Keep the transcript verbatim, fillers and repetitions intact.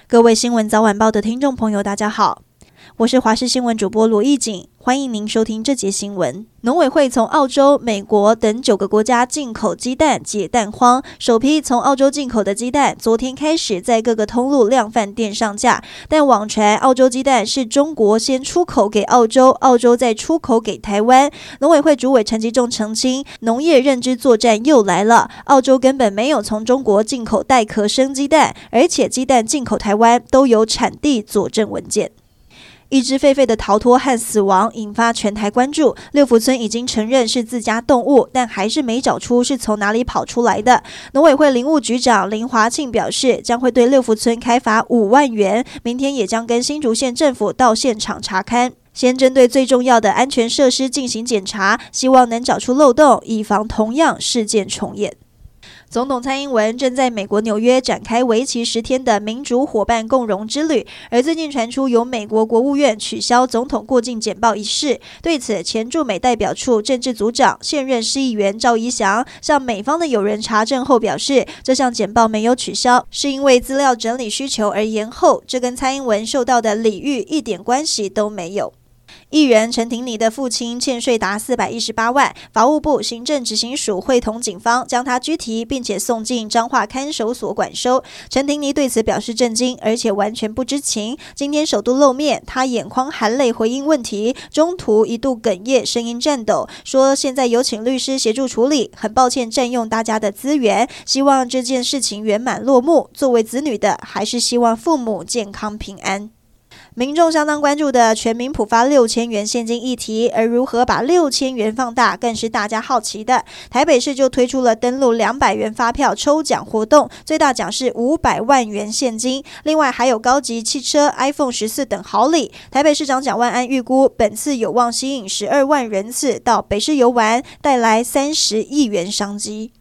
各位新闻早晚报的听众朋友，大家好，我是华视新闻主播罗艺锦，欢迎您收听这节新闻。农委会从澳洲、美国等九个国家进口鸡蛋解蛋荒，首批从澳洲进口的鸡蛋昨天开始在各个通路量贩店上架，但网传澳洲鸡蛋是中国先出口给澳洲，澳洲再出口给台湾。农委会主委陈吉仲澄清，农业认知作战又来了，澳洲根本没有从中国进口带壳生鸡蛋，而且鸡蛋进口台湾都有产地佐证文件。一只狒狒的逃脱和死亡引发全台关注，六福村已经承认是自家动物，但还是没找出是从哪里跑出来的。农委会林务局长林华庆表示，将会对六福村开罚五万元，明天也将跟新竹县政府到现场查勘，先针对最重要的安全设施进行检查，希望能找出漏洞，以防同样事件重演。总统蔡英文正在美国纽约展开为期十天的民主伙伴共荣之旅，而最近传出由美国国务院取消总统过境简报一事。对此，前驻美代表处政治组长、现任市议员赵怡翔向美方的友人查证后表示，这项简报没有取消，是因为资料整理需求而延后，这跟蔡英文受到的礼遇一点关系都没有。艺人陈婷妮的父亲欠税达四百一十八万，法务部行政执行署会同警方将他拘提，并且送进彰化看守所管收。陈婷妮对此表示震惊，而且完全不知情。今天首度露面，他眼眶含泪回应问题，中途一度哽咽，声音颤抖，说现在有请律师协助处理，很抱歉占用大家的资源，希望这件事情圆满落幕。作为子女的，还是希望父母健康平安。民众相当关注的全民普发六千元现金议题，而如何把六千元放大，更是大家好奇的。台北市就推出了登录两百元发票抽奖活动，最大奖是五百万元现金，另外还有高级汽车、iPhone 十四等好礼。台北市长蒋万安预估，本次有望吸引十二万人次到北市游玩，带来三十亿元商机。